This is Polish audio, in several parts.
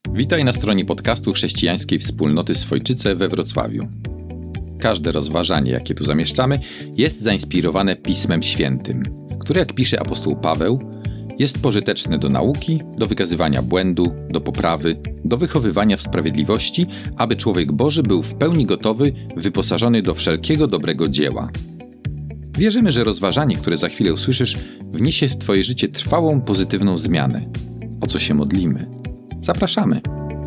Witaj na stronie podcastu Chrześcijańskiej Wspólnoty Swojczyce we Wrocławiu. Każde rozważanie, jakie tu zamieszczamy, jest zainspirowane Pismem Świętym, które, jak pisze apostoł Paweł, jest pożyteczne do nauki, do wykazywania błędu, do poprawy, do wychowywania w sprawiedliwości, aby człowiek Boży był w pełni gotowy, wyposażony do wszelkiego dobrego dzieła. Wierzymy, że rozważanie, które za chwilę usłyszysz, wniesie w Twoje życie trwałą, pozytywną zmianę, o co się modlimy. Zapraszamy!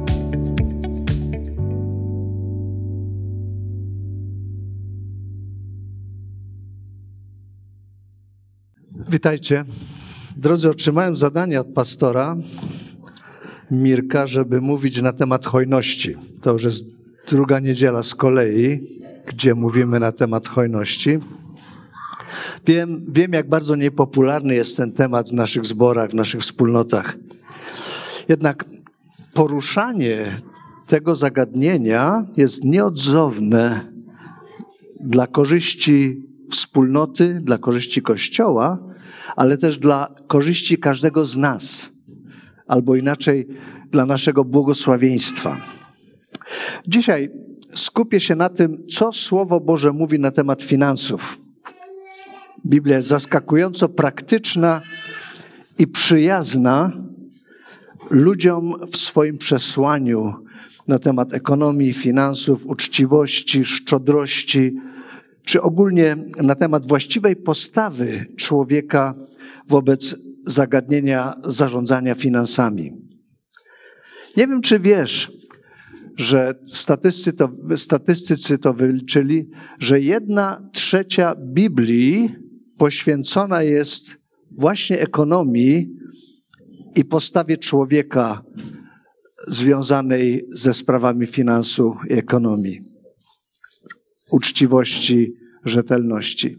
Witajcie. Drodzy, otrzymałem zadanie od pastora Mirka, żeby mówić na temat hojności. To już jest druga niedziela z kolei, gdzie mówimy na temat hojności. Wiem, jak bardzo niepopularny jest ten temat w naszych zborach, w naszych wspólnotach. Jednak poruszanie tego zagadnienia jest nieodzowne dla korzyści wspólnoty, dla korzyści Kościoła, ale też dla korzyści każdego z nas, albo inaczej dla naszego błogosławieństwa. Dzisiaj skupię się na tym, co Słowo Boże mówi na temat finansów. Biblia jest zaskakująco praktyczna i przyjazna ludziom w swoim przesłaniu na temat ekonomii, finansów, uczciwości, szczodrości, czy ogólnie na temat właściwej postawy człowieka wobec zagadnienia zarządzania finansami. Nie wiem, czy wiesz, że statystycy to wyliczyli, że 1/3 Biblii poświęcona jest właśnie ekonomii i postawie człowieka związanej ze sprawami finansu i ekonomii, uczciwości, rzetelności.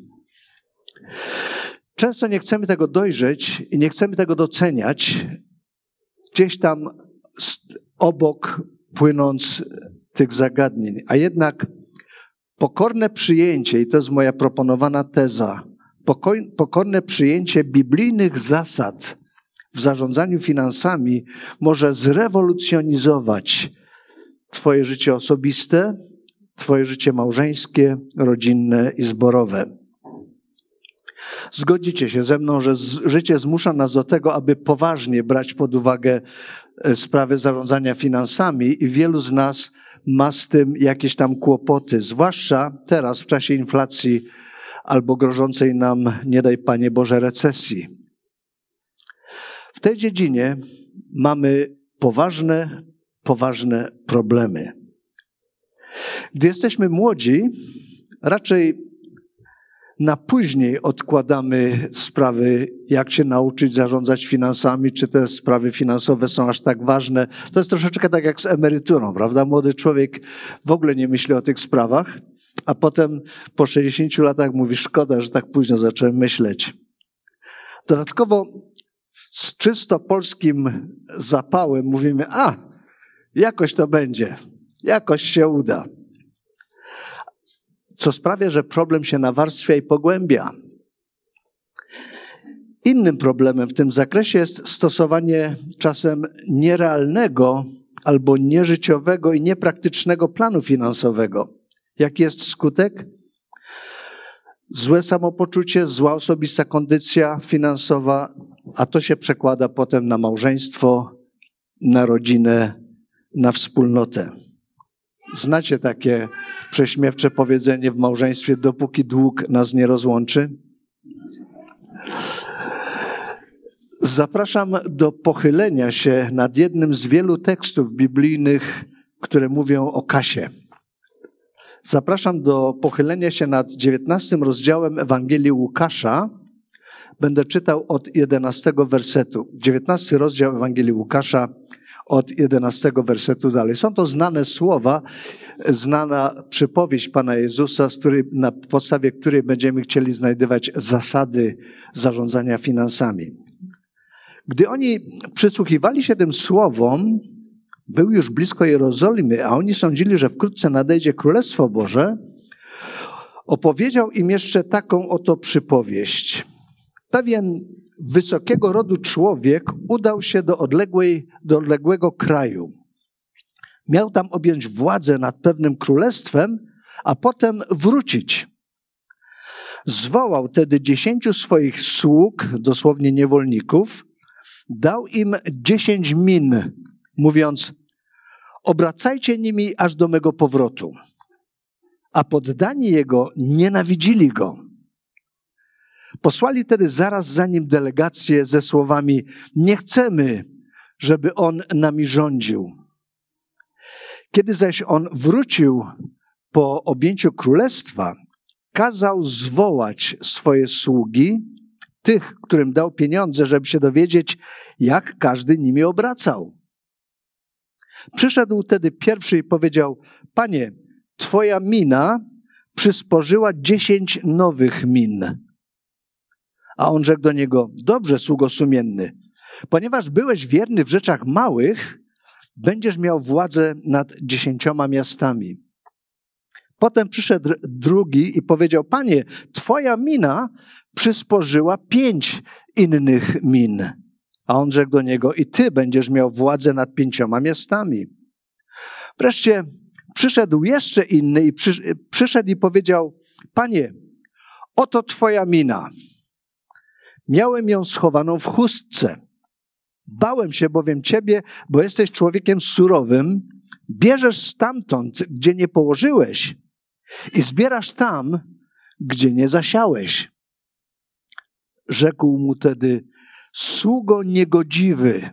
Często nie chcemy tego dojrzeć i nie chcemy tego doceniać, gdzieś tam obok płynąc tych zagadnień. A jednak pokorne przyjęcie, i to jest moja proponowana teza, pokorne przyjęcie biblijnych zasad w zarządzaniu finansami może zrewolucjonizować Twoje życie osobiste, Twoje życie małżeńskie, rodzinne i zborowe. Zgodzicie się ze mną, że życie zmusza nas do tego, aby poważnie brać pod uwagę sprawy zarządzania finansami i wielu z nas ma z tym jakieś tam kłopoty, zwłaszcza teraz w czasie inflacji albo grożącej nam, nie daj Panie Boże, recesji. W tej dziedzinie mamy poważne problemy. Gdy jesteśmy młodzi, raczej na później odkładamy sprawy, jak się nauczyć zarządzać finansami, czy te sprawy finansowe są aż tak ważne. To jest troszeczkę tak jak z emeryturą, prawda? Młody człowiek w ogóle nie myśli o tych sprawach, a potem po 60 latach mówi, szkoda, że tak późno zacząłem myśleć. Dodatkowo z czysto polskim zapałem mówimy, jakoś to będzie, jakoś się uda. Co sprawia, że problem się nawarstwia i pogłębia. Innym problemem w tym zakresie jest stosowanie czasem nierealnego albo nieżyciowego i niepraktycznego planu finansowego. Jaki jest skutek? Złe samopoczucie, zła osobista kondycja finansowa, a to się przekłada potem na małżeństwo, na rodzinę, na wspólnotę. Znacie takie prześmiewcze powiedzenie w małżeństwie, dopóki dług nas nie rozłączy? Zapraszam do pochylenia się nad jednym z wielu tekstów biblijnych, które mówią o kasie. Zapraszam do pochylenia się nad 19 rozdziałem Ewangelii Łukasza. Będę czytał od 11 wersetu. 19 rozdział Ewangelii Łukasza od 11 wersetu dalej. Są to znane słowa, znana przypowieść Pana Jezusa, na podstawie której będziemy chcieli znajdywać zasady zarządzania finansami. Gdy oni przysłuchiwali się tym słowom, był już blisko Jerozolimy, a oni sądzili, że wkrótce nadejdzie Królestwo Boże, opowiedział im jeszcze taką oto przypowieść. Pewien wysokiego rodu człowiek udał się do odległego kraju. Miał tam objąć władzę nad pewnym królestwem, a potem wrócić. Zwołał wtedy 10 swoich sług, dosłownie niewolników, dał im 10 min, mówiąc: obracajcie nimi aż do mego powrotu. A poddani jego nienawidzili go. Posłali tedy zaraz za nim delegację ze słowami: nie chcemy, żeby on nami rządził. Kiedy zaś on wrócił po objęciu królestwa, kazał zwołać swoje sługi, tych, którym dał pieniądze, żeby się dowiedzieć, jak każdy nimi obracał. Przyszedł tedy pierwszy i powiedział: panie, twoja mina przysporzyła 10 nowych min. A on rzekł do niego: dobrze, sługo sumienny, ponieważ byłeś wierny w rzeczach małych, będziesz miał władzę nad 10 miastami. Potem przyszedł drugi i powiedział: panie, twoja mina przysporzyła 5 innych min. A on rzekł do niego: i ty będziesz miał władzę nad 5 miastami. Wreszcie przyszedł jeszcze inny i przyszedł i powiedział: panie, oto twoja mina. Miałem ją schowaną w chustce. Bałem się bowiem ciebie, bo jesteś człowiekiem surowym, bierzesz stamtąd, gdzie nie położyłeś, i zbierasz tam, gdzie nie zasiałeś. Rzekł mu tedy: sługo niegodziwy,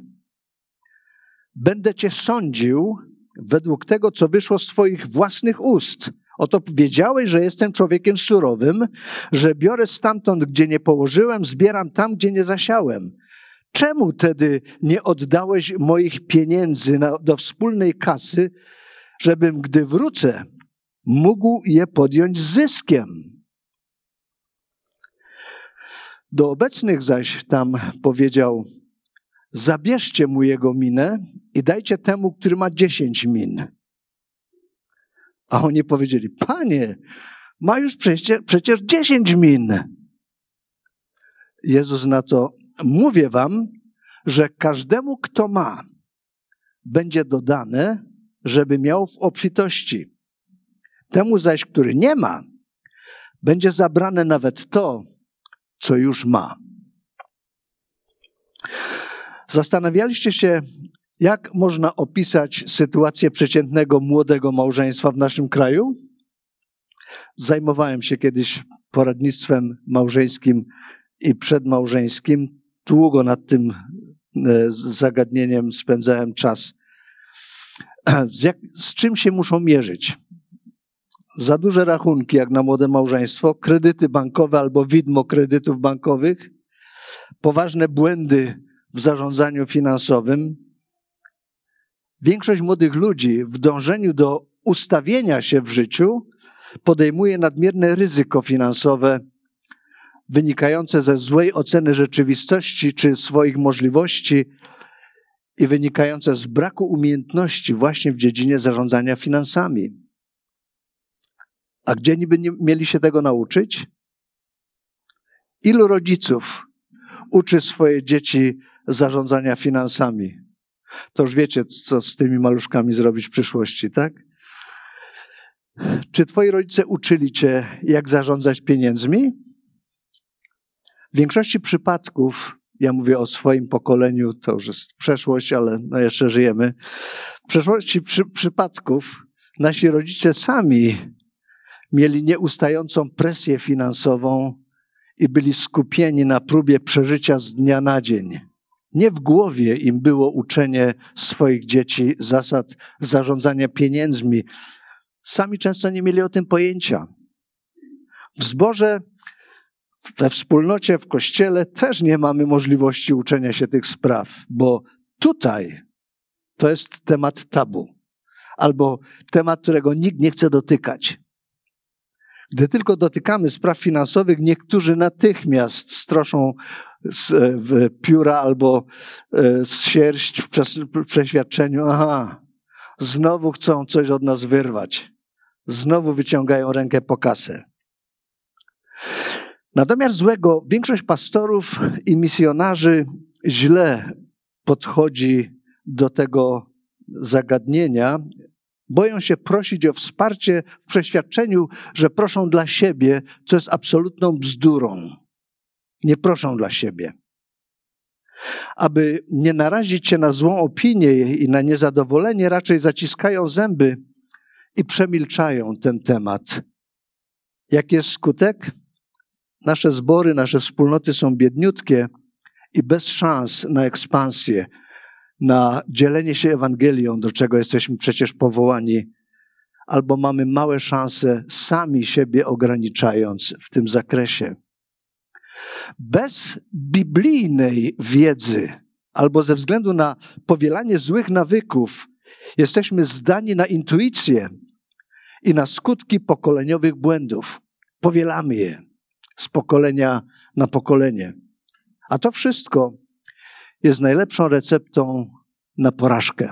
będę cię sądził według tego, co wyszło z twoich własnych ust. Oto wiedziałeś, że jestem człowiekiem surowym, że biorę stamtąd, gdzie nie położyłem, zbieram tam, gdzie nie zasiałem. Czemu tedy nie oddałeś moich pieniędzy do wspólnej kasy, żebym, gdy wrócę, mógł je podjąć z zyskiem? Do obecnych zaś tam powiedział: zabierzcie mu jego minę i dajcie temu, który ma 10 min. A oni powiedzieli: panie, ma już przecież 10 min. Jezus na to: mówię wam, że każdemu, kto ma, będzie dodane, żeby miał w obfitości. Temu zaś, który nie ma, będzie zabrane nawet to, co już ma. Zastanawialiście się, jak można opisać sytuację przeciętnego młodego małżeństwa w naszym kraju? Zajmowałem się kiedyś poradnictwem małżeńskim i przedmałżeńskim. Długo nad tym zagadnieniem spędzałem czas. Z czym się muszą mierzyć? Za duże rachunki, jak na młode małżeństwo, kredyty bankowe albo widmo kredytów bankowych, poważne błędy w zarządzaniu finansowym. Większość młodych ludzi w dążeniu do ustawienia się w życiu podejmuje nadmierne ryzyko finansowe wynikające ze złej oceny rzeczywistości czy swoich możliwości i wynikające z braku umiejętności właśnie w dziedzinie zarządzania finansami. A gdzie niby mieli się tego nauczyć? Ilu rodziców uczy swoje dzieci zarządzania finansami? To już wiecie, co z tymi maluszkami zrobić w przyszłości, tak? Czy twoi rodzice uczyli cię, jak zarządzać pieniędzmi? W większości przypadków, ja mówię o swoim pokoleniu, to już jest przeszłość, ale no jeszcze żyjemy. W przeszłości przypadków nasi rodzice sami mieli nieustającą presję finansową i byli skupieni na próbie przeżycia z dnia na dzień. Nie w głowie im było uczenie swoich dzieci zasad zarządzania pieniędzmi. Sami często nie mieli o tym pojęcia. W zborze, we wspólnocie, w kościele też nie mamy możliwości uczenia się tych spraw, bo tutaj to jest temat tabu albo temat, którego nikt nie chce dotykać. Gdy tylko dotykamy spraw finansowych, niektórzy natychmiast stroszą w pióra albo z sierść w przeświadczeniu: aha, znowu chcą coś od nas wyrwać. Znowu wyciągają rękę po kasę. Natomiast złego większość pastorów i misjonarzy źle podchodzi do tego zagadnienia Boją się prosić o wsparcie w przeświadczeniu, że proszą dla siebie, co jest absolutną bzdurą. Nie proszą dla siebie. Aby nie narazić się na złą opinię i na niezadowolenie, raczej zaciskają zęby i przemilczają ten temat. Jaki jest skutek? Nasze zbory, nasze wspólnoty są biedniutkie i bez szans na ekspansję, na dzielenie się Ewangelią, do czego jesteśmy przecież powołani, albo mamy małe szanse, sami siebie ograniczając w tym zakresie. Bez biblijnej wiedzy albo ze względu na powielanie złych nawyków jesteśmy zdani na intuicję i na skutki pokoleniowych błędów. Powielamy je z pokolenia na pokolenie. A to wszystko jest najlepszą receptą na porażkę.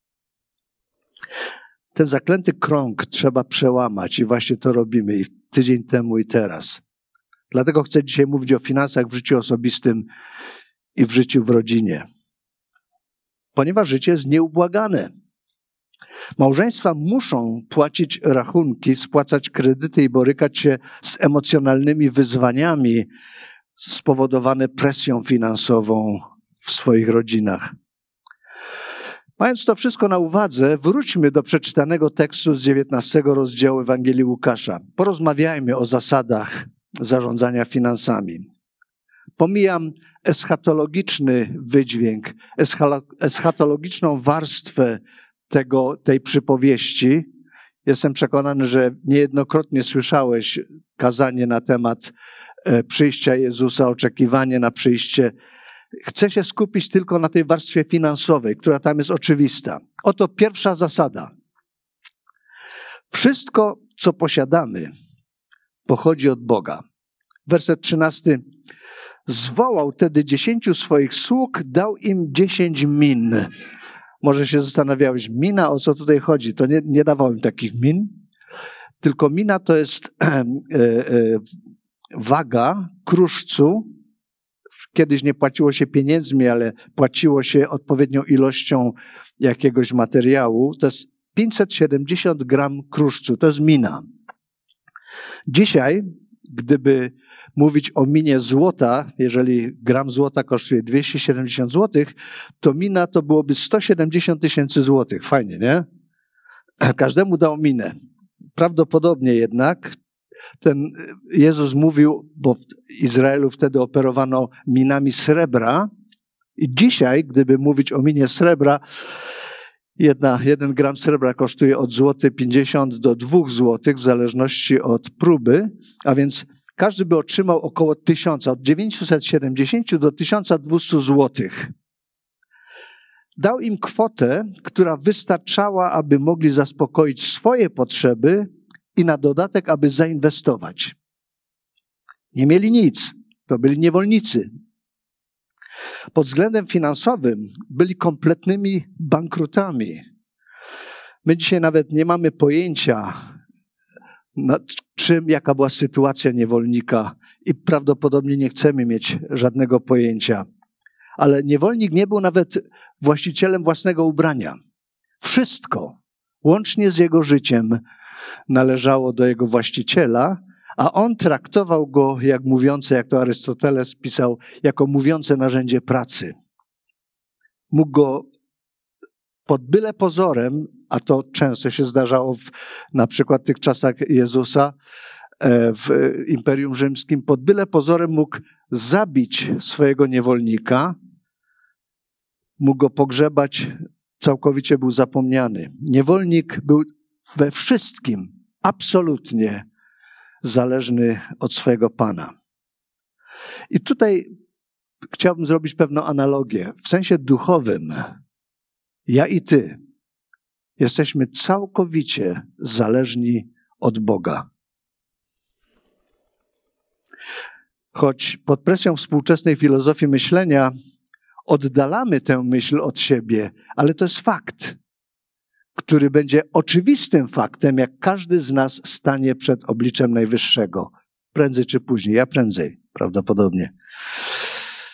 Ten zaklęty krąg trzeba przełamać i właśnie to robimy i tydzień temu i teraz. Dlatego chcę dzisiaj mówić o finansach w życiu osobistym i w życiu w rodzinie. Ponieważ życie jest nieubłagane. Małżeństwa muszą płacić rachunki, spłacać kredyty i borykać się z emocjonalnymi wyzwaniami spowodowane presją finansową w swoich rodzinach. Mając to wszystko na uwadze, wróćmy do przeczytanego tekstu z 19 rozdziału Ewangelii Łukasza. Porozmawiajmy o zasadach zarządzania finansami. Pomijam eschatologiczny wydźwięk, eschatologiczną warstwę tej przypowieści. Jestem przekonany, że niejednokrotnie słyszałeś kazanie na temat przyjścia Jezusa, oczekiwanie na przyjście. Chcę się skupić tylko na tej warstwie finansowej, która tam jest oczywista. Oto pierwsza zasada. Wszystko, co posiadamy, pochodzi od Boga. Werset 13. Zwołał wtedy 10 swoich sług, dał im 10 min. Może się zastanawiałeś, mina, o co tutaj chodzi? To nie dawał im takich min, tylko mina to jest waga kruszcu. Kiedyś nie płaciło się pieniędzmi, ale płaciło się odpowiednią ilością jakiegoś materiału. To jest 570 gram kruszcu, to jest mina. Dzisiaj, gdyby mówić o minie złota, jeżeli gram złota kosztuje 270 zł, to mina to byłoby 170 000 złotych. Fajnie, nie? Każdemu dał minę. Prawdopodobnie jednak ten Jezus mówił, bo w Izraelu wtedy operowano minami srebra i dzisiaj, gdyby mówić o minie srebra, 1 gram srebra kosztuje od 0,50 zł do 2 zł, w zależności od próby, a więc każdy by otrzymał około 1000, od 970 do 1200 zł. Dał im kwotę, która wystarczała, aby mogli zaspokoić swoje potrzeby i na dodatek, aby zainwestować. Nie mieli nic, to byli niewolnicy. Pod względem finansowym byli kompletnymi bankrutami. My dzisiaj nawet nie mamy pojęcia, jaka była sytuacja niewolnika i prawdopodobnie nie chcemy mieć żadnego pojęcia. Ale niewolnik nie był nawet właścicielem własnego ubrania. Wszystko, łącznie z jego życiem, należało do jego właściciela, a on traktował go jak mówiące, jak to Arystoteles pisał, jako mówiące narzędzie pracy. Mógł go pod byle pozorem, a to często się zdarzało na przykład w tych czasach Jezusa w Imperium Rzymskim, pod byle pozorem mógł zabić swojego niewolnika, mógł go pogrzebać, całkowicie był zapomniany. Niewolnik był we wszystkim absolutnie zależny od swojego Pana. I tutaj chciałbym zrobić pewną analogię. W sensie duchowym ja i ty jesteśmy całkowicie zależni od Boga. Choć pod presją współczesnej filozofii myślenia oddalamy tę myśl od siebie, ale to jest fakt, który będzie oczywistym faktem, jak każdy z nas stanie przed obliczem Najwyższego. Prędzej czy później. Ja prędzej, prawdopodobnie.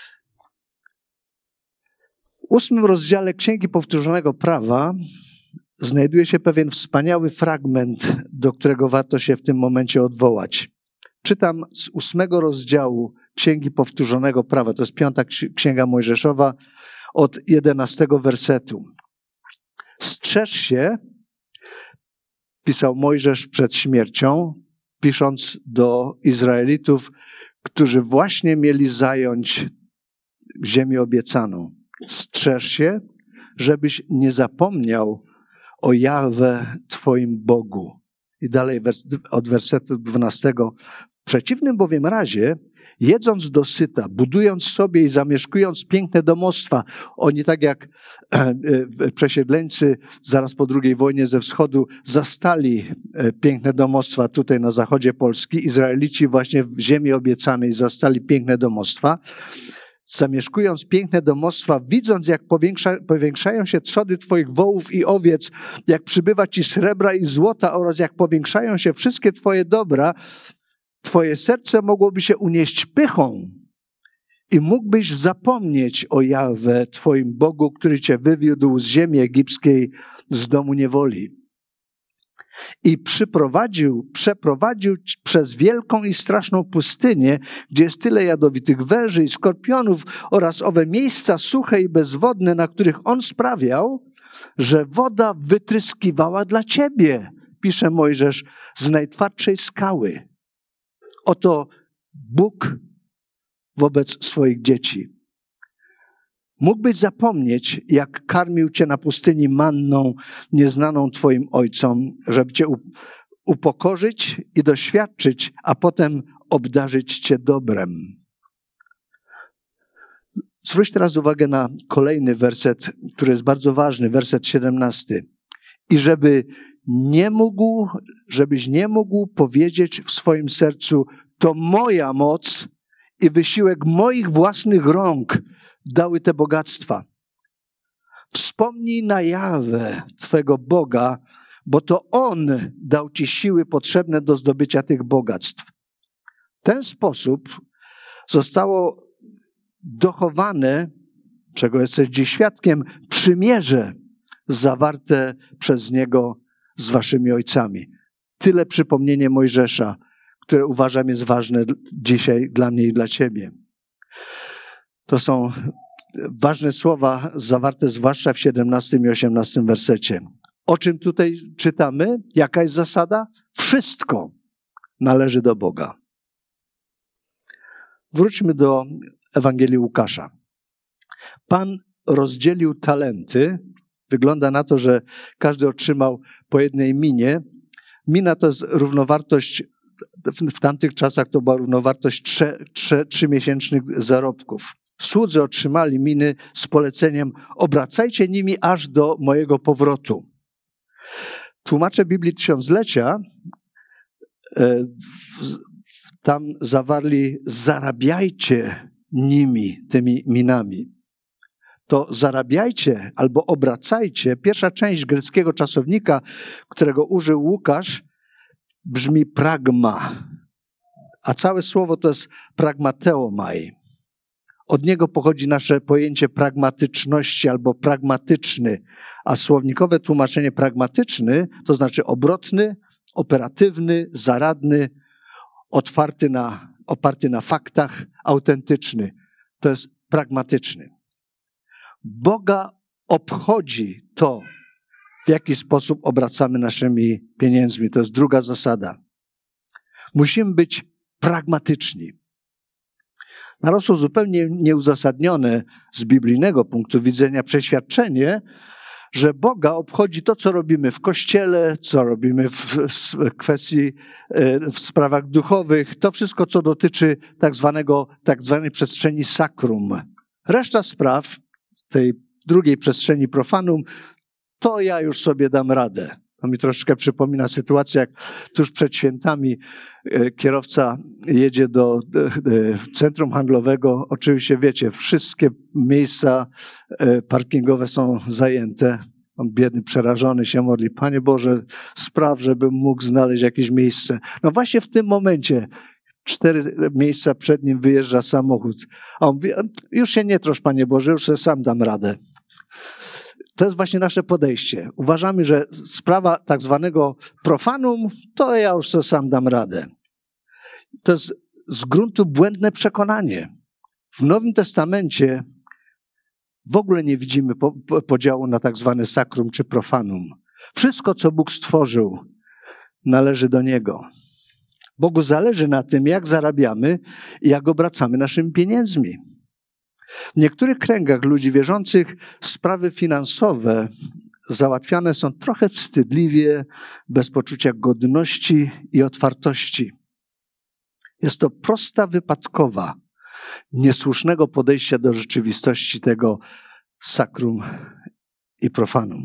W 8 rozdziale Księgi Powtórzonego Prawa znajduje się pewien wspaniały fragment, do którego warto się w tym momencie odwołać. Czytam z 8 rozdziału Księgi Powtórzonego Prawa. To jest 5. Księga Mojżeszowa od 11 wersetu. Strzeż się, pisał Mojżesz przed śmiercią, pisząc do Izraelitów, którzy właśnie mieli zająć ziemię obiecaną. Strzeż się, żebyś nie zapomniał o Jahwe, Twoim Bogu. I dalej od wersetu 12. W przeciwnym bowiem razie, jedząc dosyta, budując sobie i zamieszkując piękne domostwa, oni tak jak przesiedleńcy zaraz po II wojnie ze wschodu zastali piękne domostwa tutaj na zachodzie Polski, Izraelici właśnie w ziemi obiecanej zastali piękne domostwa, zamieszkując piękne domostwa, widząc jak powiększają się trzody Twoich wołów i owiec, jak przybywa Ci srebra i złota oraz jak powiększają się wszystkie Twoje dobra, Twoje serce mogłoby się unieść pychą i mógłbyś zapomnieć o Jahwe, Twoim Bogu, który Cię wywiódł z ziemi egipskiej, z domu niewoli. I przeprowadził przez wielką i straszną pustynię, gdzie jest tyle jadowitych węży i skorpionów oraz owe miejsca suche i bezwodne, na których on sprawiał, że woda wytryskiwała dla Ciebie, pisze Mojżesz, z najtwardszej skały. Oto Bóg wobec swoich dzieci. Mógłbyś zapomnieć, jak karmił Cię na pustyni manną, nieznaną Twoim ojcom, żeby Cię upokorzyć i doświadczyć, a potem obdarzyć Cię dobrem. Zwróć teraz uwagę na kolejny werset, który jest bardzo ważny, werset 17. I żebyś nie mógł powiedzieć w swoim sercu, to moja moc i wysiłek moich własnych rąk dały te bogactwa. Wspomnij na Jahwe, Twego Boga, bo to On dał Ci siły potrzebne do zdobycia tych bogactw. W ten sposób zostało dochowane, czego jesteś dziś świadkiem, przymierze zawarte przez Niego z waszymi ojcami. Tyle przypomnienie Mojżesza, które uważam jest ważne dzisiaj dla mnie i dla Ciebie. To są ważne słowa zawarte zwłaszcza w 17 i 18 wersecie. O czym tutaj czytamy? Jaka jest zasada? Wszystko należy do Boga. Wróćmy do Ewangelii Łukasza. Pan rozdzielił talenty. Wygląda na to, że każdy otrzymał po jednej minie. Mina to jest równowartość, w tamtych czasach to była równowartość 3-miesięcznych zarobków. Słudzy otrzymali miny z poleceniem: obracajcie nimi aż do mojego powrotu. Tłumacze Biblii Tysiąclecia tam zawarli: zarabiajcie nimi, tymi minami. To zarabiajcie albo obracajcie. Pierwsza część greckiego czasownika, którego użył Łukasz, brzmi pragma, a całe słowo to jest pragmateomai. Od niego pochodzi nasze pojęcie pragmatyczności albo pragmatyczny, a słownikowe tłumaczenie pragmatyczny to znaczy obrotny, operatywny, zaradny, oparty na faktach, autentyczny. To jest pragmatyczny. Boga obchodzi to, w jaki sposób obracamy naszymi pieniędzmi. To jest druga zasada. Musimy być pragmatyczni. Narosło zupełnie nieuzasadnione z biblijnego punktu widzenia przeświadczenie, że Boga obchodzi to, co robimy w kościele, co robimy w kwestii, w sprawach duchowych, to wszystko, co dotyczy tak zwanej przestrzeni sakrum. Reszta spraw z tej drugiej przestrzeni profanum, to ja już sobie dam radę. To mi troszeczkę przypomina sytuację, jak tuż przed świętami kierowca jedzie do centrum handlowego. Oczywiście wiecie, wszystkie miejsca parkingowe są zajęte. On biedny, przerażony się modli: Panie Boże, spraw, żebym mógł znaleźć jakieś miejsce. No właśnie w tym momencie 4 miejsca przed nim wyjeżdża samochód. A on mówi: już się nie trosz, Panie Boże, już sobie sam dam radę. To jest właśnie nasze podejście. Uważamy, że sprawa tak zwanego profanum, to ja już sobie sam dam radę. To jest z gruntu błędne przekonanie. W Nowym Testamencie w ogóle nie widzimy podziału na tak zwane sakrum czy profanum. Wszystko, co Bóg stworzył, należy do Niego. Bogu zależy na tym, jak zarabiamy i jak obracamy naszymi pieniędzmi. W niektórych kręgach ludzi wierzących sprawy finansowe załatwiane są trochę wstydliwie, bez poczucia godności i otwartości. Jest to prosta wypadkowa niesłusznego podejścia do rzeczywistości tego sakrum i profanum.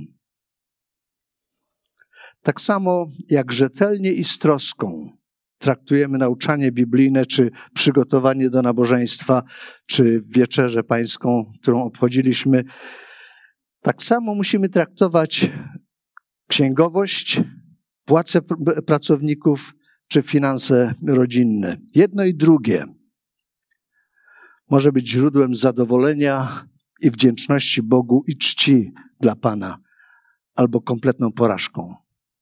Tak samo jak rzetelnie i z troską traktujemy nauczanie biblijne, czy przygotowanie do nabożeństwa, czy wieczerzę pańską, którą obchodziliśmy, tak samo musimy traktować księgowość, płace pracowników, czy finanse rodzinne. Jedno i drugie może być źródłem zadowolenia i wdzięczności Bogu i czci dla Pana, albo kompletną porażką.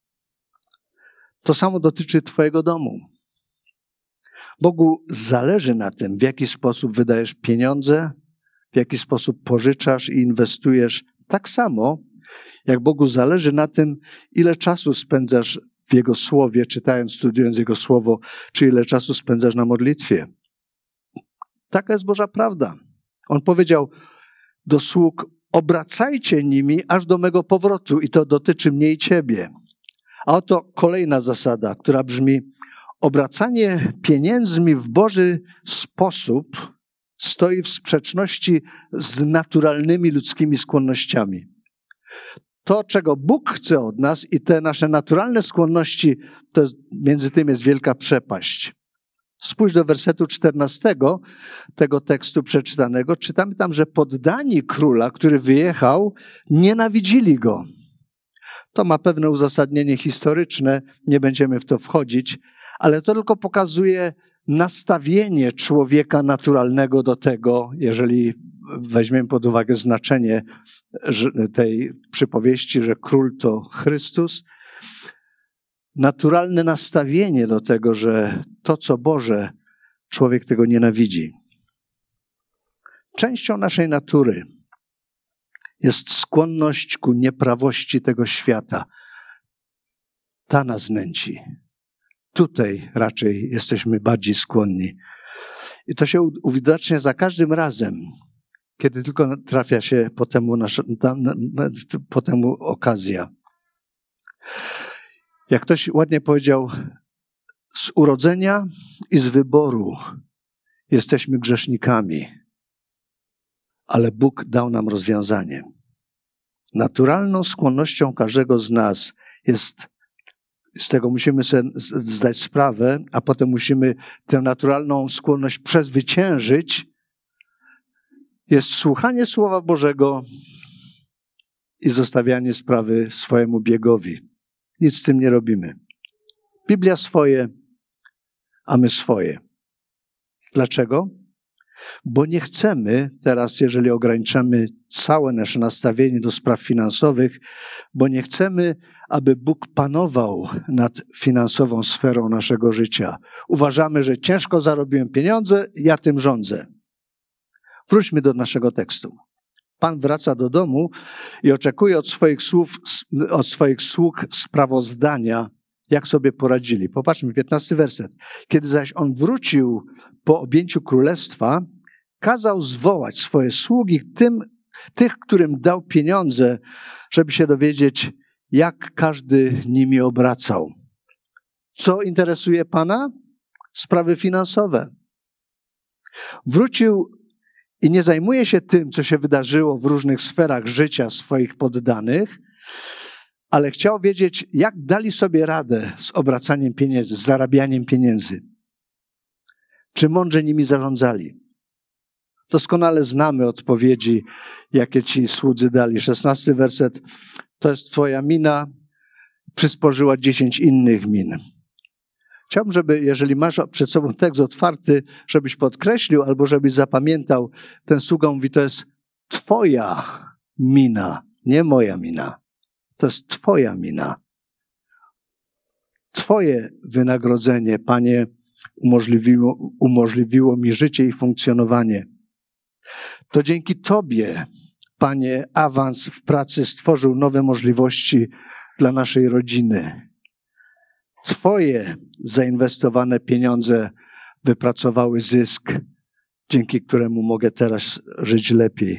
To samo dotyczy twojego domu. Bogu zależy na tym, w jaki sposób wydajesz pieniądze, w jaki sposób pożyczasz i inwestujesz. Tak samo, jak Bogu zależy na tym, ile czasu spędzasz w Jego Słowie, czytając, studiując Jego Słowo, czy ile czasu spędzasz na modlitwie. Taka jest Boża prawda. On powiedział do sług, obracajcie nimi aż do mego powrotu i to dotyczy mnie i ciebie. A oto kolejna zasada, która brzmi, obracanie pieniędzmi w Boży sposób stoi w sprzeczności z naturalnymi ludzkimi skłonnościami. To, czego Bóg chce od nas i te nasze naturalne skłonności, to jest, między tym jest wielka przepaść. Spójrz do wersetu 14 tego tekstu przeczytanego. Czytamy tam, że poddani króla, który wyjechał, nienawidzili go. To ma pewne uzasadnienie historyczne, nie będziemy w to wchodzić, ale to tylko pokazuje nastawienie człowieka naturalnego do tego, jeżeli weźmiemy pod uwagę znaczenie tej przypowieści, że król to Chrystus, naturalne nastawienie do tego, że to, co Boże, człowiek tego nienawidzi. Częścią naszej natury jest skłonność ku nieprawości tego świata. Ta nas nęci. Tutaj raczej jesteśmy bardziej skłonni. I to się uwidacznia za każdym razem, kiedy tylko trafia się po temu okazja. Jak ktoś ładnie powiedział, z urodzenia i z wyboru jesteśmy grzesznikami, ale Bóg dał nam rozwiązanie. Naturalną skłonnością każdego z nas jest, z tego musimy sobie zdać sprawę, a potem musimy tę naturalną skłonność przezwyciężyć, jest słuchanie Słowa Bożego i zostawianie sprawy swojemu biegowi. Nic z tym nie robimy. Biblia swoje, a my swoje. Dlaczego? Bo nie chcemy teraz, jeżeli ograniczamy całe nasze nastawienie do spraw finansowych, bo nie chcemy, aby Bóg panował nad finansową sferą naszego życia. Uważamy, że ciężko zarobiłem pieniądze, ja tym rządzę. Wróćmy do naszego tekstu. Pan wraca do domu i oczekuje od swoich sług sprawozdania, jak sobie poradzili. Popatrzmy, 15 werset. Kiedy zaś on wrócił po objęciu królestwa, kazał zwołać swoje sługi, tych, którym dał pieniądze, żeby się dowiedzieć, jak każdy nimi obracał. Co interesuje Pana? Sprawy finansowe. Wrócił i nie zajmuje się tym, co się wydarzyło w różnych sferach życia swoich poddanych, ale chciał wiedzieć, jak dali sobie radę z obracaniem pieniędzy, z zarabianiem pieniędzy. Czy mądrze nimi zarządzali? Doskonale znamy odpowiedzi, jakie ci słudzy dali. 16 werset. To jest twoja mina, przysporzyła 10 innych min. Chciałbym, żeby, jeżeli masz przed sobą tekst otwarty, żebyś podkreślił albo żebyś zapamiętał, ten sługa mówi, to jest twoja mina, Nie moja mina. To jest Twoja mina. Twoje wynagrodzenie, Panie, umożliwiło mi życie i funkcjonowanie. To dzięki Tobie, Panie, awans w pracy stworzył nowe możliwości dla naszej rodziny. Twoje zainwestowane pieniądze wypracowały zysk, dzięki któremu mogę teraz żyć lepiej.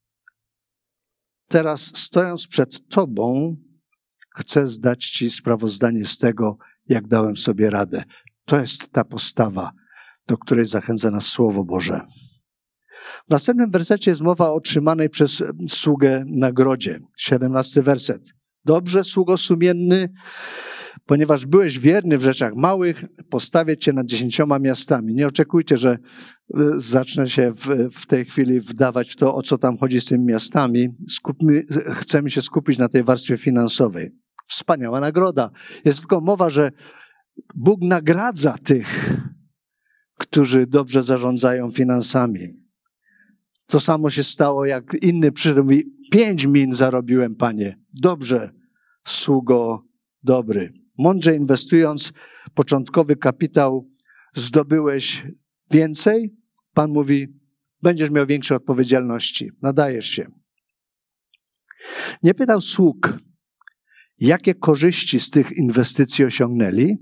Teraz, stojąc przed Tobą, chcę zdać Ci sprawozdanie z tego, jak dałem sobie radę. To jest ta postawa, do której zachęca nas Słowo Boże. W następnym wersecie jest mowa o otrzymanej przez sługę nagrodzie. 17 werset. Dobrze, sługo sumienny, ponieważ byłeś wierny w rzeczach małych, postawię Cię nad 10 miastami. Nie oczekujcie, że zacznę się w tej chwili wdawać w to, o co tam chodzi z tymi miastami. Chcemy się skupić na tej warstwie finansowej. Wspaniała nagroda. Jest tylko mowa, że Bóg nagradza tych, którzy dobrze zarządzają finansami. To samo się stało, jak inny przyszedł, mówi, 5 min zarobiłem, Panie. Dobrze, sługo dobry. Mądrze inwestując, początkowy kapitał zdobyłeś więcej. Pan mówi, będziesz miał większe odpowiedzialności. Nadajesz się. Nie pytał sług, jakie korzyści z tych inwestycji osiągnęli.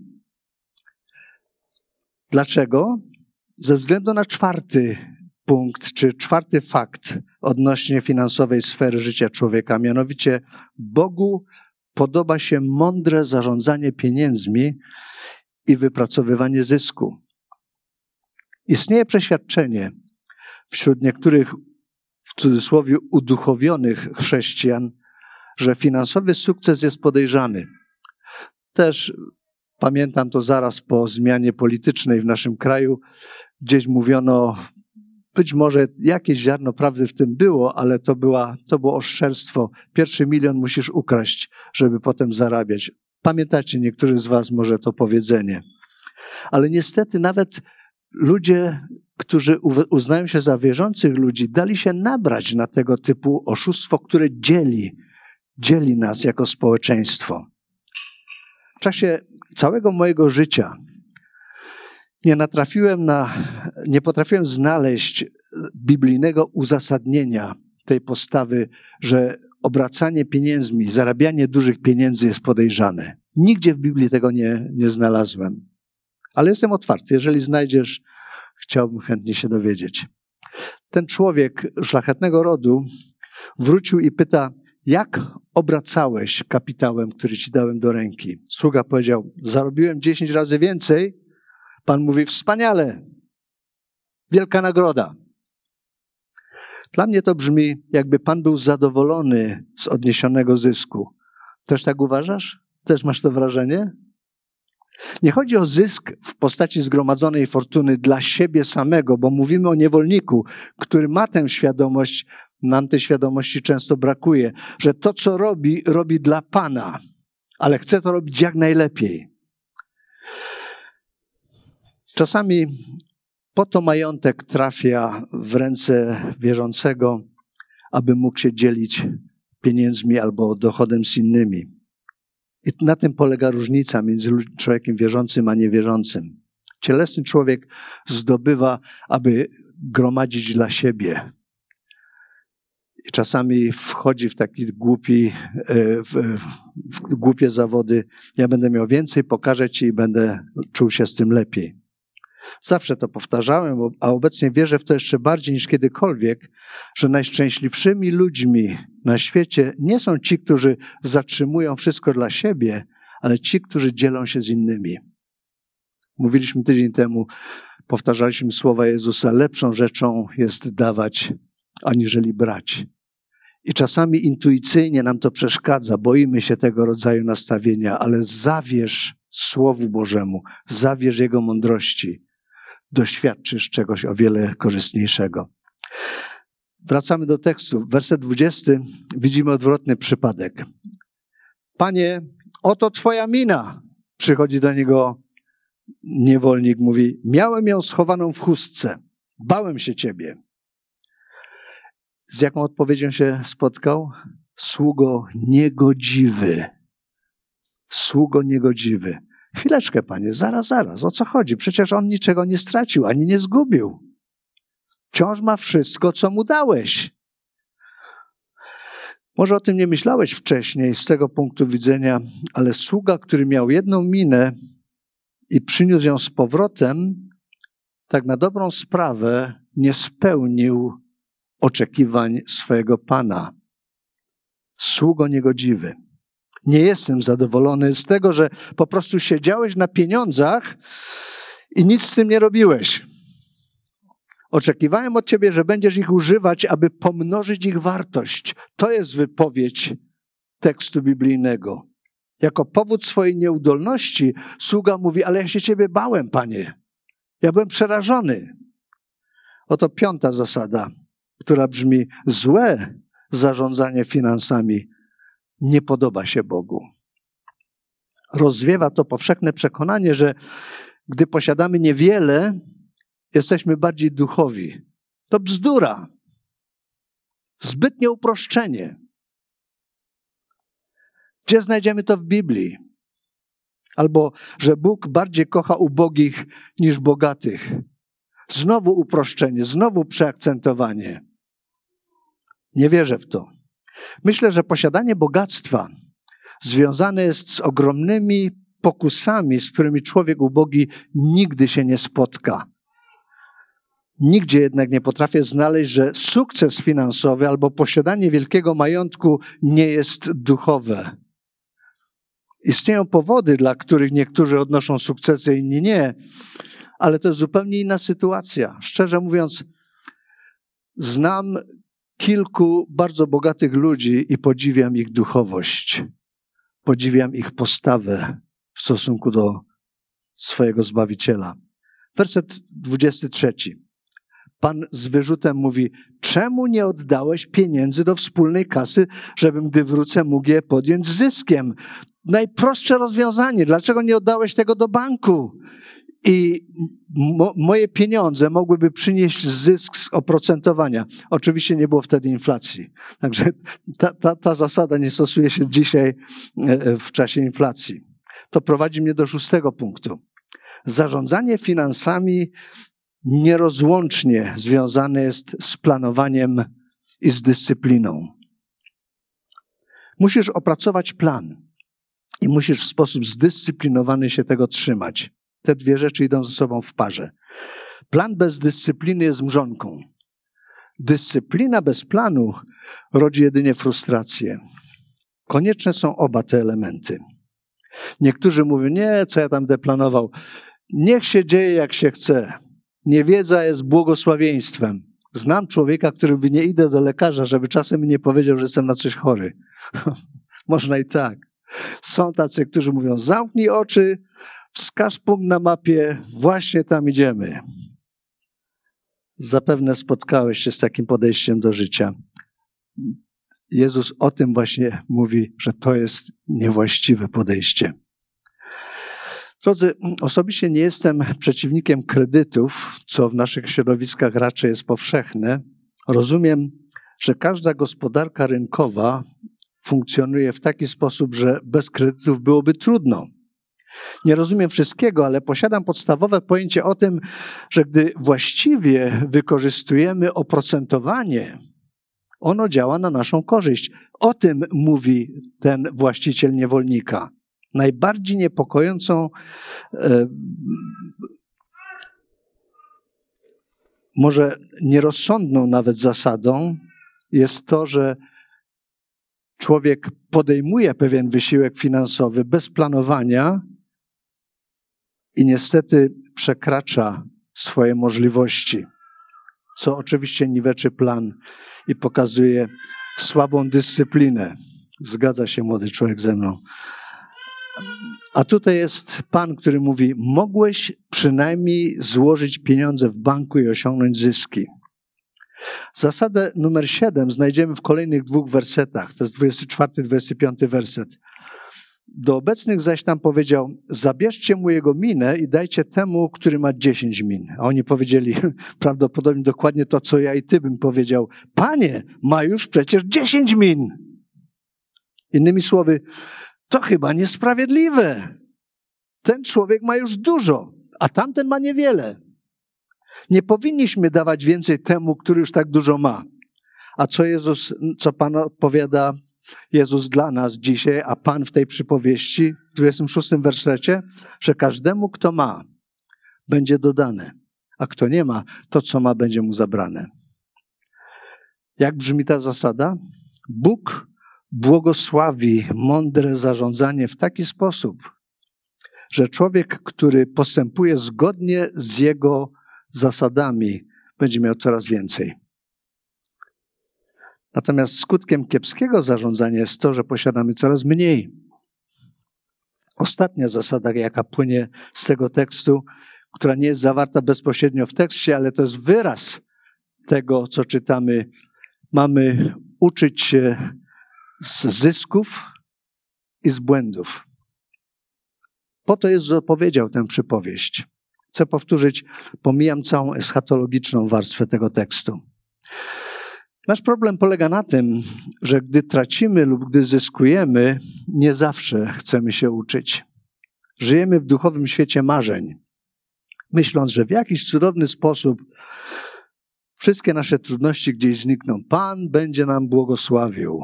Dlaczego? Ze względu na 4. punkt, czy 4. fakt odnośnie finansowej sfery życia człowieka. Mianowicie Bogu podoba się mądre zarządzanie pieniędzmi i wypracowywanie zysku. Istnieje przeświadczenie wśród niektórych, w cudzysłowie, uduchowionych chrześcijan, że finansowy sukces jest podejrzany. Też pamiętam to zaraz po zmianie politycznej w naszym kraju. Gdzieś mówiono, być może jakieś ziarno prawdy w tym było, ale to było oszczerstwo. 1 milion musisz ukraść, żeby potem zarabiać. Pamiętacie niektórzy z was może to powiedzenie. Ale niestety nawet ludzie, którzy uznają się za wierzących ludzi, dali się nabrać na tego typu oszustwo, które dzieli nas jako społeczeństwo. W czasie całego mojego życia nie potrafiłem znaleźć biblijnego uzasadnienia tej postawy, że obracanie pieniędzmi, zarabianie dużych pieniędzy jest podejrzane. Nigdzie w Biblii tego nie znalazłem. Ale jestem otwarty. Jeżeli znajdziesz, chciałbym chętnie się dowiedzieć. Ten człowiek szlachetnego rodu wrócił i pyta, jak obracałeś kapitałem, który ci dałem do ręki? Sługa powiedział, zarobiłem 10 razy więcej. Pan mówi, wspaniale, wielka nagroda. Dla mnie to brzmi, jakby Pan był zadowolony z odniesionego zysku. Też tak uważasz? Też masz to wrażenie? Nie chodzi o zysk w postaci zgromadzonej fortuny dla siebie samego, bo mówimy o niewolniku, który ma tę świadomość, nam tej świadomości często brakuje, że to, co robi dla Pana, ale chce to robić jak najlepiej. Czasami po to majątek trafia w ręce wierzącego, aby mógł się dzielić pieniędzmi albo dochodem z innymi. I na tym polega różnica między człowiekiem wierzącym a niewierzącym. Cielesny człowiek zdobywa, aby gromadzić dla siebie. I czasami wchodzi w taki w głupie zawody. Ja będę miał więcej, pokażę ci i będę czuł się z tym lepiej. Zawsze to powtarzałem, a obecnie wierzę w to jeszcze bardziej niż kiedykolwiek, że najszczęśliwszymi ludźmi na świecie nie są ci, którzy zatrzymują wszystko dla siebie, ale ci, którzy dzielą się z innymi. Mówiliśmy tydzień temu, powtarzaliśmy słowa Jezusa, lepszą rzeczą jest dawać, aniżeli brać. I czasami intuicyjnie nam to przeszkadza, boimy się tego rodzaju nastawienia, ale zawierz Słowu Bożemu, zawierz Jego mądrości. Doświadczysz czegoś o wiele korzystniejszego. Wracamy do tekstu. Werset 20. Widzimy odwrotny przypadek. Panie, oto Twoja mina. Przychodzi do niego niewolnik, mówi, miałem ją schowaną w chustce. Bałem się Ciebie. Z jaką odpowiedzią się spotkał? sługo niegodziwy. Sługo niegodziwy. Chwileczkę, panie, zaraz, o co chodzi? Przecież on niczego nie stracił, ani nie zgubił. Wciąż ma wszystko, co mu dałeś. Może o tym nie myślałeś wcześniej z tego punktu widzenia, ale sługa, który miał jedną minę i przyniósł ją z powrotem, tak na dobrą sprawę nie spełnił oczekiwań swojego pana. Sługo niegodziwy. Nie jestem zadowolony z tego, że po prostu siedziałeś na pieniądzach i nic z tym nie robiłeś. Oczekiwałem od ciebie, że będziesz ich używać, aby pomnożyć ich wartość. To jest wypowiedź tekstu biblijnego. Jako powód swojej nieudolności sługa mówi, ale ja się ciebie bałem, panie. Ja byłem przerażony. Oto 5. zasada, która brzmi: złe zarządzanie finansami nie podoba się Bogu. Rozwiewa to powszechne przekonanie, że gdy posiadamy niewiele, jesteśmy bardziej duchowi. To bzdura. Zbytnie uproszczenie. Gdzie znajdziemy to w Biblii? Albo, że Bóg bardziej kocha ubogich niż bogatych. Znowu uproszczenie, znowu przeakcentowanie. Nie wierzę w to. Myślę, że posiadanie bogactwa związane jest z ogromnymi pokusami, z którymi człowiek ubogi nigdy się nie spotka. Nigdzie jednak nie potrafię znaleźć, że sukces finansowy albo posiadanie wielkiego majątku nie jest duchowe. Istnieją powody, dla których niektórzy odnoszą sukcesy, inni nie, ale to jest zupełnie inna sytuacja. Szczerze mówiąc, znam kilku bardzo bogatych ludzi i podziwiam ich duchowość. Podziwiam ich postawę w stosunku do swojego Zbawiciela. Werset 23. Pan z wyrzutem mówi: czemu nie oddałeś pieniędzy do wspólnej kasy, żebym, gdy wrócę, mógł je podjąć z zyskiem? Najprostsze rozwiązanie. Dlaczego nie oddałeś tego do banku? I moje pieniądze mogłyby przynieść zysk z oprocentowania. Oczywiście nie było wtedy inflacji. Także ta zasada nie stosuje się dzisiaj w czasie inflacji. To prowadzi mnie do 6. punktu. Zarządzanie finansami nierozłącznie związane jest z planowaniem i z dyscypliną. Musisz opracować plan i musisz w sposób zdyscyplinowany się tego trzymać. Te dwie rzeczy idą ze sobą w parze. Plan bez dyscypliny jest mrzonką. Dyscyplina bez planu rodzi jedynie frustrację. Konieczne są oba te elementy. Niektórzy mówią: nie, co ja tam będę planował. Niech się dzieje, jak się chce. Niewiedza jest błogosławieństwem. Znam człowieka, który mówi: nie idę do lekarza, żeby czasem mi nie powiedział, że jestem na coś chory. Można i tak. Są tacy, którzy mówią: zamknij oczy, wskaż punkt na mapie, właśnie tam idziemy. Zapewne spotkałeś się z takim podejściem do życia. Jezus o tym właśnie mówi, że to jest niewłaściwe podejście. Drodzy, osobiście nie jestem przeciwnikiem kredytów, co w naszych środowiskach raczej jest powszechne. Rozumiem, że każda gospodarka rynkowa funkcjonuje w taki sposób, że bez kredytów byłoby trudno. Nie rozumiem wszystkiego, ale posiadam podstawowe pojęcie o tym, że gdy właściwie wykorzystujemy oprocentowanie, ono działa na naszą korzyść. O tym mówi ten właściciel niewolnika. Najbardziej niepokojącą, może nierozsądną nawet zasadą jest to, że człowiek podejmuje pewien wysiłek finansowy bez planowania i niestety przekracza swoje możliwości, co oczywiście niweczy plan i pokazuje słabą dyscyplinę. Zgadza się młody człowiek ze mną. A tutaj jest Pan, który mówi: mogłeś przynajmniej złożyć pieniądze w banku i osiągnąć zyski. Zasadę numer 7 znajdziemy w kolejnych 2 wersetach. To jest 24-25 werset. Do obecnych zaś tam powiedział: zabierzcie mu jego minę i dajcie temu, który ma 10 min. A oni powiedzieli prawdopodobnie dokładnie to, co ja i ty bym powiedział: Panie, ma już przecież 10 min. Innymi słowy, to chyba niesprawiedliwe. Ten człowiek ma już dużo, a tamten ma niewiele. Nie powinniśmy dawać więcej temu, który już tak dużo ma. A co Pan odpowiada Jezus dla nas dzisiaj, a Pan w tej przypowieści, w 26 wersecie, że każdemu, kto ma, będzie dodane, a kto nie ma, to co ma, będzie mu zabrane. Jak brzmi ta zasada? Bóg błogosławi mądre zarządzanie w taki sposób, że człowiek, który postępuje zgodnie z Jego zasadami, będzie miał coraz więcej. Natomiast skutkiem kiepskiego zarządzania jest to, że posiadamy coraz mniej. Ostatnia zasada, jaka płynie z tego tekstu, która nie jest zawarta bezpośrednio w tekście, ale to jest wyraz tego, co czytamy. Mamy uczyć się z zysków i z błędów. Po to Jezus opowiedział tę przypowieść. Chcę powtórzyć, pomijam całą eschatologiczną warstwę tego tekstu. Nasz problem polega na tym, że gdy tracimy lub gdy zyskujemy, nie zawsze chcemy się uczyć. Żyjemy w duchowym świecie marzeń, myśląc, że w jakiś cudowny sposób wszystkie nasze trudności gdzieś znikną. Pan będzie nam błogosławił.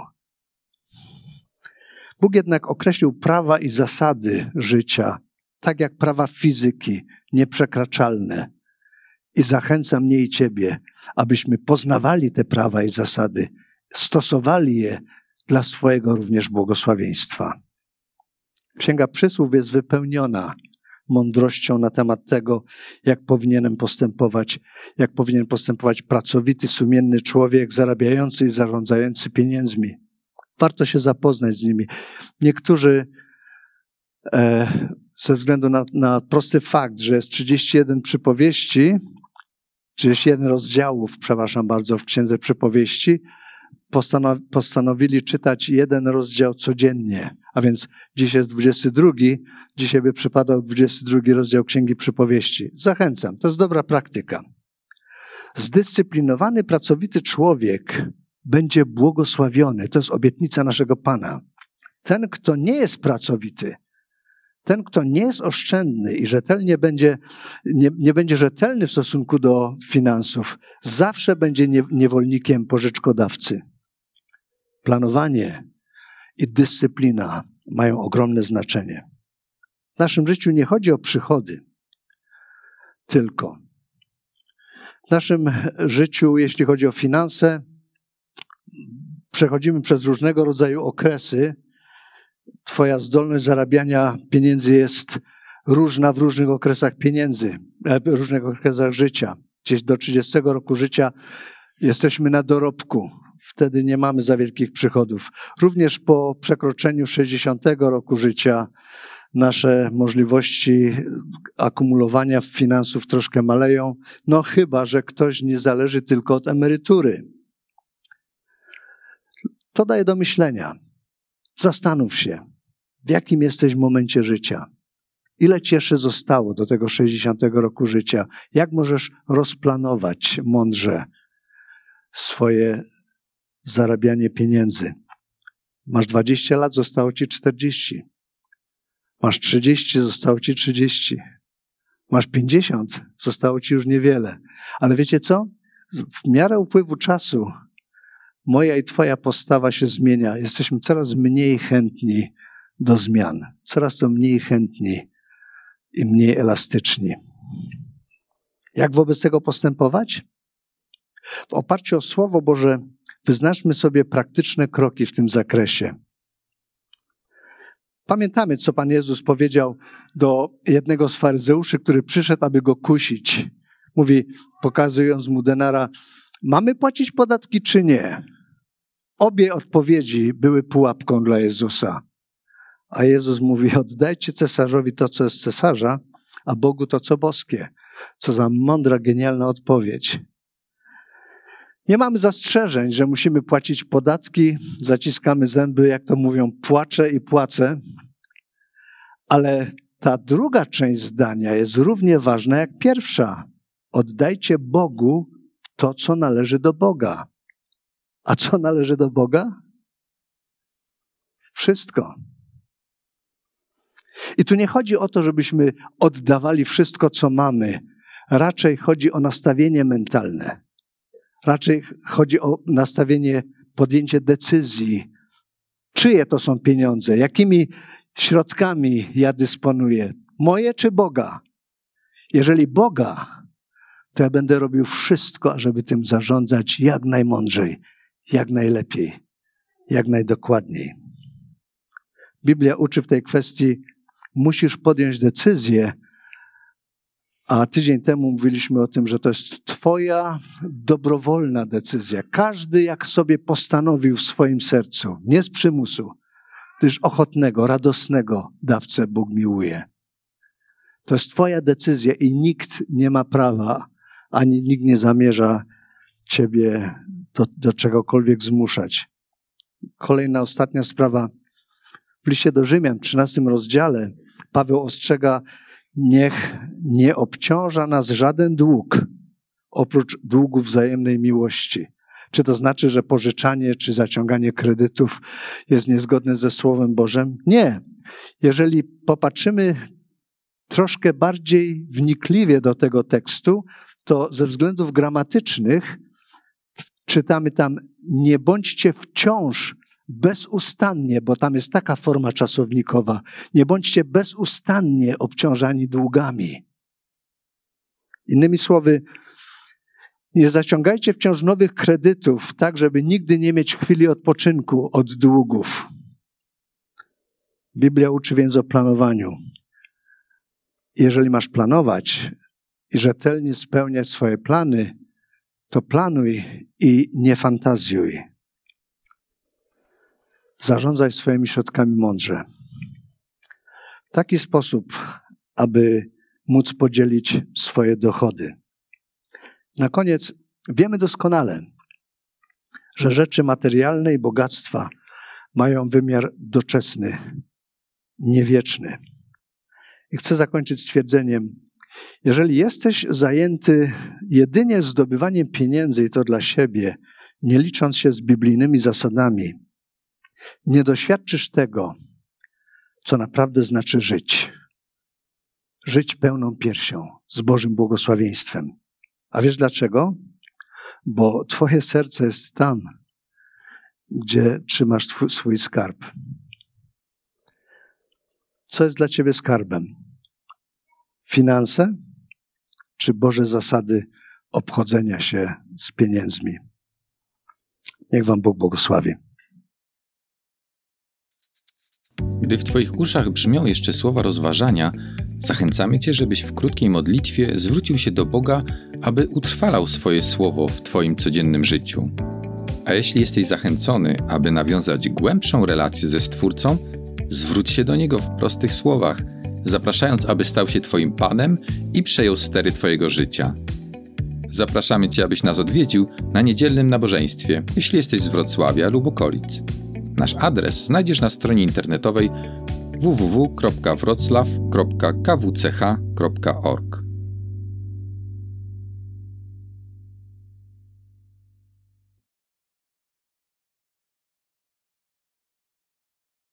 Bóg jednak określił prawa i zasady życia, tak jak prawa fizyki, nieprzekraczalne. I zachęca mnie i ciebie, abyśmy poznawali te prawa i zasady, stosowali je dla swojego również błogosławieństwa. Księga Przysłów jest wypełniona mądrością na temat tego, jak powinien postępować pracowity, sumienny człowiek, zarabiający i zarządzający pieniędzmi. Warto się zapoznać z nimi. Niektórzy ze względu na prosty fakt, że jest 31 przypowieści, 31 rozdziałów, w Księdze Przypowieści, postanowili czytać jeden rozdział codziennie. A więc dziś jest 22, dzisiaj by przypadał 22 rozdział Księgi Przypowieści. Zachęcam, to jest dobra praktyka. Zdyscyplinowany, pracowity człowiek będzie błogosławiony. To jest obietnica naszego Pana. Ten, kto nie jest pracowity, ten, kto nie jest oszczędny i nie będzie rzetelny w stosunku do finansów, zawsze będzie niewolnikiem pożyczkodawcy. Planowanie i dyscyplina mają ogromne znaczenie. W naszym życiu nie chodzi o przychody tylko. W naszym życiu, jeśli chodzi o finanse, przechodzimy przez różnego rodzaju okresy. Twoja zdolność zarabiania pieniędzy jest różna w różnych okresach różnych okresach życia. Gdzieś do 30 roku życia jesteśmy na dorobku. Wtedy nie mamy za wielkich przychodów. Również po przekroczeniu 60 roku życia nasze możliwości akumulowania finansów troszkę maleją. No chyba, że ktoś nie zależy tylko od emerytury. To daje do myślenia. Zastanów się, w jakim jesteś momencie życia. Ile ci jeszcze zostało do tego 60 roku życia? Jak możesz rozplanować mądrze swoje zarabianie pieniędzy? Masz 20 lat, zostało ci 40. Masz 30, zostało ci 30. Masz 50, zostało ci już niewiele. Ale wiecie co? W miarę upływu czasu moja i twoja postawa się zmienia. Jesteśmy coraz mniej chętni do zmian. Coraz to mniej chętni i mniej elastyczni. Jak wobec tego postępować? W oparciu o Słowo Boże wyznaczmy sobie praktyczne kroki w tym zakresie. Pamiętamy, co Pan Jezus powiedział do jednego z faryzeuszy, który przyszedł, aby go kusić. Mówi, pokazując mu denara, mamy płacić podatki czy nie? Obie odpowiedzi były pułapką dla Jezusa. A Jezus mówi, oddajcie cesarzowi to, co jest cesarza, a Bogu to, co boskie. Co za mądra, genialna odpowiedź. Nie mamy zastrzeżeń, że musimy płacić podatki, zaciskamy zęby, jak to mówią, płaczę i płacę, ale ta druga część zdania jest równie ważna jak pierwsza. Oddajcie Bogu to, co należy do Boga. A co należy do Boga? Wszystko. I tu nie chodzi o to, żebyśmy oddawali wszystko, co mamy. Raczej chodzi o nastawienie mentalne. Raczej chodzi o nastawienie, podjęcie decyzji. Czyje to są pieniądze? Jakimi środkami ja dysponuję? Moje czy Boga? Jeżeli Boga, to ja będę robił wszystko, ażeby tym zarządzać jak najmądrzej, jak najlepiej, jak najdokładniej. Biblia uczy w tej kwestii, musisz podjąć decyzję, a tydzień temu mówiliśmy o tym, że to jest twoja dobrowolna decyzja. Każdy jak sobie postanowił w swoim sercu, nie z przymusu, gdyż ochotnego, radosnego dawcę Bóg miłuje. To jest twoja decyzja i nikt nie ma prawa, ani nikt nie zamierza ciebie do czegokolwiek zmuszać. Kolejna, ostatnia sprawa. W liście do Rzymian, w 13 rozdziale, Paweł ostrzega, niech nie obciąża nas żaden dług, oprócz długu wzajemnej miłości. Czy to znaczy, że pożyczanie czy zaciąganie kredytów jest niezgodne ze Słowem Bożym? Nie. Jeżeli popatrzymy troszkę bardziej wnikliwie do tego tekstu, to ze względów gramatycznych czytamy tam nie bądźcie wciąż bezustannie, bo tam jest taka forma czasownikowa, nie bądźcie bezustannie obciążani długami. Innymi słowy, nie zaciągajcie wciąż nowych kredytów, tak żeby nigdy nie mieć chwili odpoczynku od długów. Biblia uczy więc o planowaniu. Jeżeli masz planować i rzetelnie spełniać swoje plany, to planuj i nie fantazjuj. Zarządzaj swoimi środkami mądrze. W taki sposób, aby móc podzielić swoje dochody. Na koniec wiemy doskonale, że rzeczy materialne i bogactwa mają wymiar doczesny, niewieczny. I chcę zakończyć stwierdzeniem, jeżeli jesteś zajęty jedynie zdobywaniem pieniędzy i to dla siebie, nie licząc się z biblijnymi zasadami, nie doświadczysz tego, co naprawdę znaczy żyć. Żyć pełną piersią, z Bożym błogosławieństwem. A wiesz dlaczego? Bo twoje serce jest tam, gdzie trzymasz swój skarb. Co jest dla ciebie skarbem? Finanse czy Boże zasady obchodzenia się z pieniędzmi? Niech wam Bóg błogosławi. Gdy w twoich uszach brzmią jeszcze słowa rozważania, zachęcamy cię, żebyś w krótkiej modlitwie zwrócił się do Boga, aby utrwalał swoje słowo w twoim codziennym życiu. A jeśli jesteś zachęcony, aby nawiązać głębszą relację ze Stwórcą, zwróć się do Niego w prostych słowach, zapraszając, aby stał się twoim Panem i przejął stery twojego życia. Zapraszamy cię, abyś nas odwiedził na niedzielnym nabożeństwie, jeśli jesteś z Wrocławia lub okolic. Nasz adres znajdziesz na stronie internetowej www.wroclaw.kwch.org.